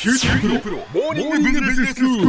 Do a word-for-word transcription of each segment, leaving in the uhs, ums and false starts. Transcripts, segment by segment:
キューティープロモーニングビジネススクール。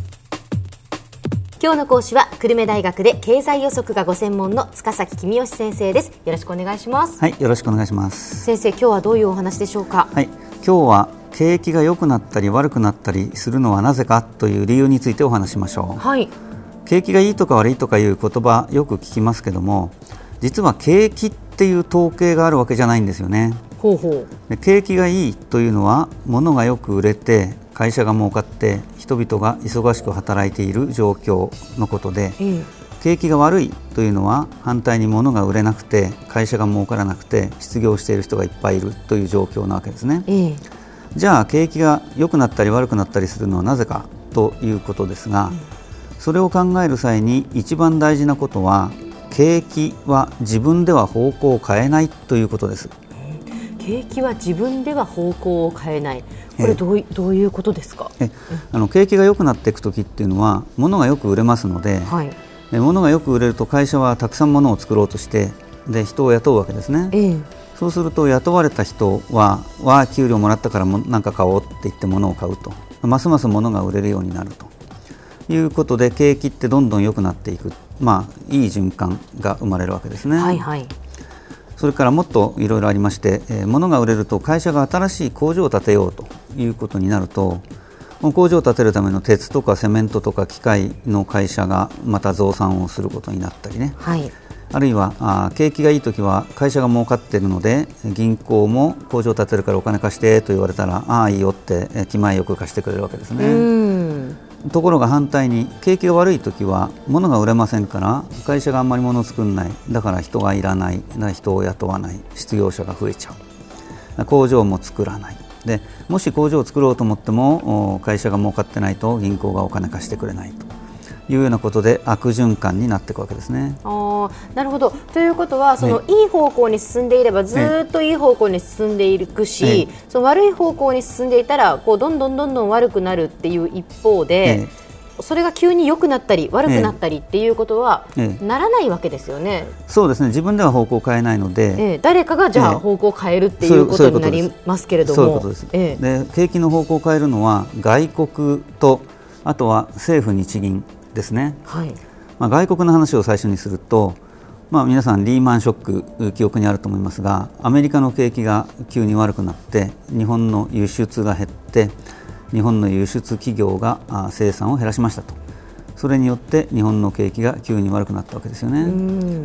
今日の講師は久留米大学で経済予測がご専門の塚崎公義先生です。よろしくお願いします。 はい、よろしくお願いします。 先生、今日はどういうお話でしょうか。 はい、今日は景気が良くなったり悪くなったりするのはなぜかという理由についてお話しましょう。 はい、 景気がいいとか悪いとかいう言葉よく聞きますけども、実は景気っていう統計があるわけじゃないんですよね。 ほうほう。 で、景気がいいというのは物がよく売れて会社が儲かって人々が忙しく働いている状況のことで、 ええ、 景気が悪いというのは反対に物が売れなくて会社が儲からなくて失業している人がいっぱいいるという状況なわけですね。 ええ、 じゃあ景気が良くなったり悪くなったりするのはなぜかということですが、うん、それを考える際に一番大事なことは、景気は自分では方向を変えないということです。 景気は自分では方向を変えない、これどうい、どういうことですか。 えあの景気が良くなっていくときっていうのは物がよく売れますので、 はい、 で物がよく売れると会社はたくさん物を作ろうとしてで人を雇うわけですね。 ええ、 そうすると雇われた人はわ給料もらったからも何か買おうって言って物を買うと、ますます物が売れるようになるということで、景気ってどんどん良くなっていく、まあ、いい循環が生まれるわけですね。 はいはい。 それからもっといろいろありまして、えー、物が売れると会社が新しい工場を建てようということになると、工場を建てるための鉄とかセメントとか機械の会社がまた増産をすることになったりね、はい、あるいはあ景気がいいときは会社が儲かっているので銀行も工場を建てるからお金貸してと言われたら、ああいいよって気前よく貸してくれるわけですね。うんところが反対に景気が悪いときは物が売れませんから会社があんまり物を作んない、だから人がいらない、だから人を雇わない、失業者が増えちゃう、工場も作らない、でもし工場を作ろうと思っても会社が儲かってないと銀行がお金貸してくれないというようなことで悪循環になっていくわけですね。 あ、なるほど。ということはそのいい方向に進んでいればずっといい方向に進んでいくし、その悪い方向に進んでいたらこうどんどんどんどん悪くなるっていう一方で、それが急に良くなったり悪くなったりっていうことはならないわけですよね。 そうですね。自分では方向を変えないので、 ええ、誰かがじゃあ方向を変えるっていうことになりますけれども、 そういうことです。ええ、で景気の方向を変えるのは外国とあとは政府日銀ですね。はい。まあ、外国の話を最初にすると、まあ、皆さんリーマンショック記憶にあると思いますが、アメリカの景気が急に悪くなって日本の輸出が減って日本の輸出企業が生産を減らしましたと。それによって日本の景気が急に悪くなったわけですよね。うん、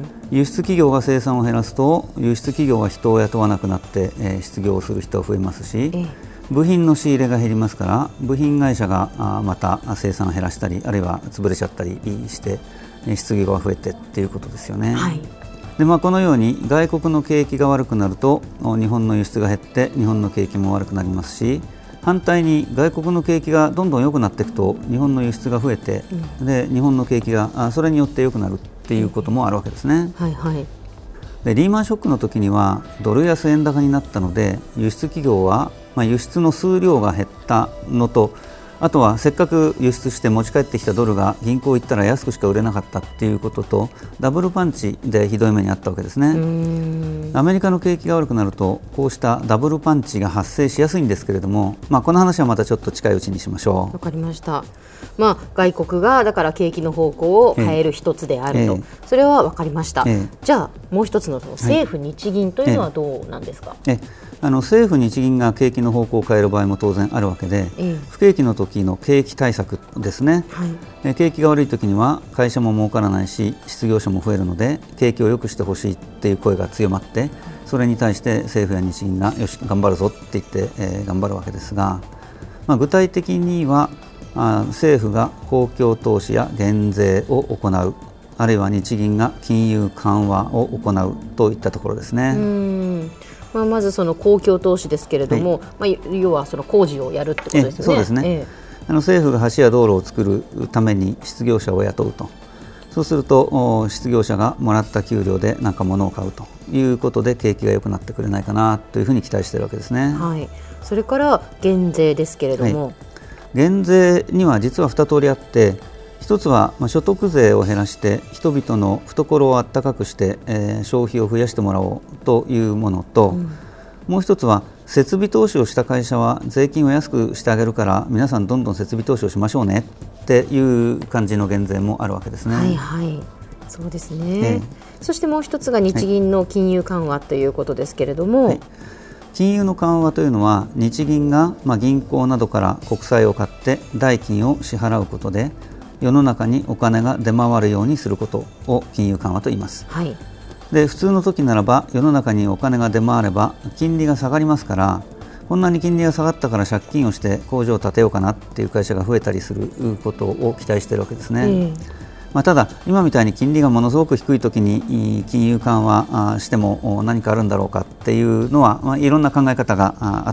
輸出企業が生産を減らすと輸出企業は人を雇わなくなって、えー、失業をする人が増えますし、ええ、部品の仕入れが減りますから部品会社がまた生産を減らしたりあるいは潰れちゃったりして失業が増えてっていうことですよね。はい。でまあ、このように外国の景気が悪くなると日本の輸出が減って日本の景気も悪くなりますし、反対に外国の景気がどんどん良くなっていくと日本の輸出が増えて、うん、で日本の景気がそれによって良くなるっていうこともあるわけですね。はいはい。でリーマンショックの時にはドル安円高になったので輸出企業はまあ輸出の数量が減ったのと、あとはせっかく輸出して持ち帰ってきたドルが銀行行ったら安くしか売れなかったっていうこととダブルパンチでひどい目にあったわけですね。うーんアメリカの景気が悪くなるとこうしたダブルパンチが発生しやすいんですけれども、まあ、この話はまたちょっと近いうちにしましょう。 わかりました。まあ、外国がだから景気の方向を変える一つであると、ええ、それは分かりました。え、じゃあもう一つの政府日銀というのはどうなんですか。 ええあの政府日銀が景気の方向を変える場合も当然あるわけで、ええ、不景気の時の景気対策ですね。はい、景気が悪い時には会社も儲からないし失業者も増えるので景気を良くしてほしいっていう声が強まって、それに対して政府や日銀がよし頑張るぞって言って、えー、頑張るわけですが、まあ、具体的にはあ政府が公共投資や減税を行う、あるいは日銀が金融緩和を行うといったところですね。うーんまあ、まずその公共投資ですけれども、はい、まあ、要はその工事をやるってことですよね。 そうですね。ええ、あの政府が橋や道路を作るために失業者を雇うと、そうすると失業者がもらった給料で何か物を買うということで景気が良くなってくれないかなというふうに期待しているわけですね。 はい、それから減税ですけれども、はい、 減税には実はに通りあって、一つは所得税を減らして人々の懐をあったかくして、えー、消費を増やしてもらおうというものと、うん、もう一つは設備投資をした会社は税金を安くしてあげるから皆さんどんどん設備投資をしましょうねっていう感じの減税もあるわけですね。 はいはい、そうですね、ええ、そしてもう一つが日銀の金融緩和ということですけれども、はい、 金融の緩和というのは日銀がまあ銀行などから国債を買って代金を支払うことで世の中にお金が出回るようにすることを金融緩和と言います。はい、で普通の時ならば世の中にお金が出回れば金利が下がりますから、こんなに金利が下がったから借金をして工場を建てようかなっていう会社が増えたりすることを期待しているわけですね。うんまあ、ただ今みたいに金利がものすごく低い時に金融緩和しても何かあるんだろうかっていうのは、まあ、いろんな考え方があって、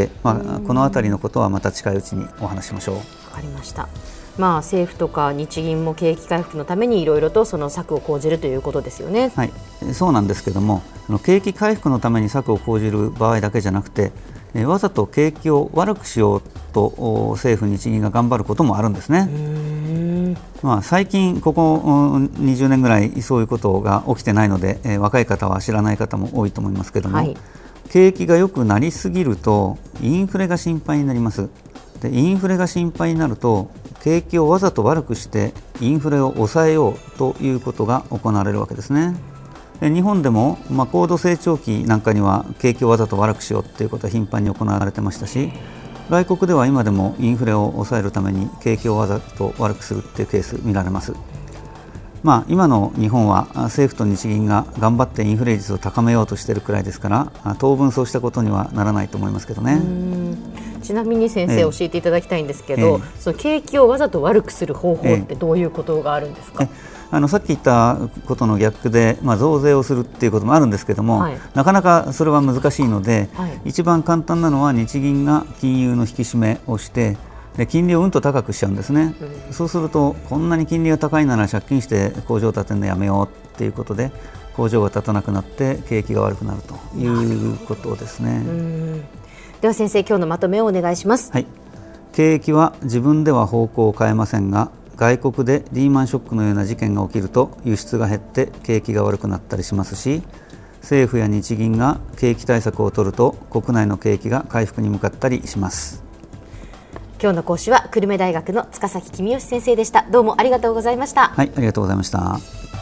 まあ、このあたりのことはまた近いうちにお話しましょう。わかりました。まあ、政府とか日銀も景気回復のためにいろいろとその策を講じるということですよね。 はい、そうなんですけども、景気回復のために策を講じる場合だけじゃなくて、わざと景気を悪くしようと政府日銀が頑張ることもあるんですね。まあ、最近ここにじゅうねんぐらいそういうことが起きてないので、えー、若い方は知らない方も多いと思いますけども、はい、景気が良くなりすぎるとインフレが心配になります。でインフレが心配になると景気をわざと悪くしてインフレを抑えようということが行われるわけですね。で日本でも、まあ、高度成長期なんかには景気をわざと悪くしようということは頻繁に行われてましたし、外国では今でもインフレを抑えるために景気をわざと悪くするというケース見られます。まあ、今の日本は政府と日銀が頑張ってインフレ率を高めようとしているくらいですから、当分そうしたことにはならないと思いますけどね。 ちなみに先生、ええ、教えていただきたいんですけど、ええ、その景気をわざと悪くする方法ってどういうことがあるんですか？ええあのさっき言ったことの逆で、まあ、増税をするっていうこともあるんですけども、はい、なかなかそれは難しいので、はい、一番簡単なのは日銀が金融の引き締めをしてで金利をうんと高くしちゃうんですね。うん、そうするとこんなに金利が高いなら借金して工場を建てるのやめようということで工場が建たなくなって景気が悪くなるということですね。 うんでは先生、今日のまとめをお願いします。 はい、景気は自分では方向を変えませんが外国でリーマンショックのような事件が起きると輸出が減って景気が悪くなったりしますし、政府や日銀が景気対策を取ると国内の景気が回復に向かったりします。 今日の講師は久留米大学の塚崎公義先生でした。どうもありがとうございました。 はい、ありがとうございました。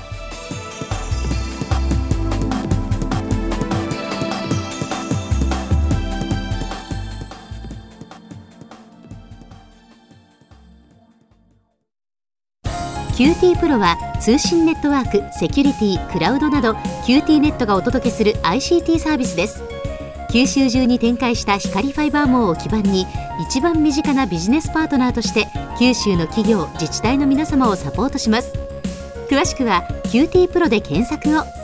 キューティー プロは通信ネットワーク、セキュリティ、クラウドなど キューティー ネットがお届けする アイシーティー サービスです。九州中に展開した光ファイバー網を基盤に一番身近なビジネスパートナーとして九州の企業、自治体の皆様をサポートします。詳しくは キューティー プロで検索を。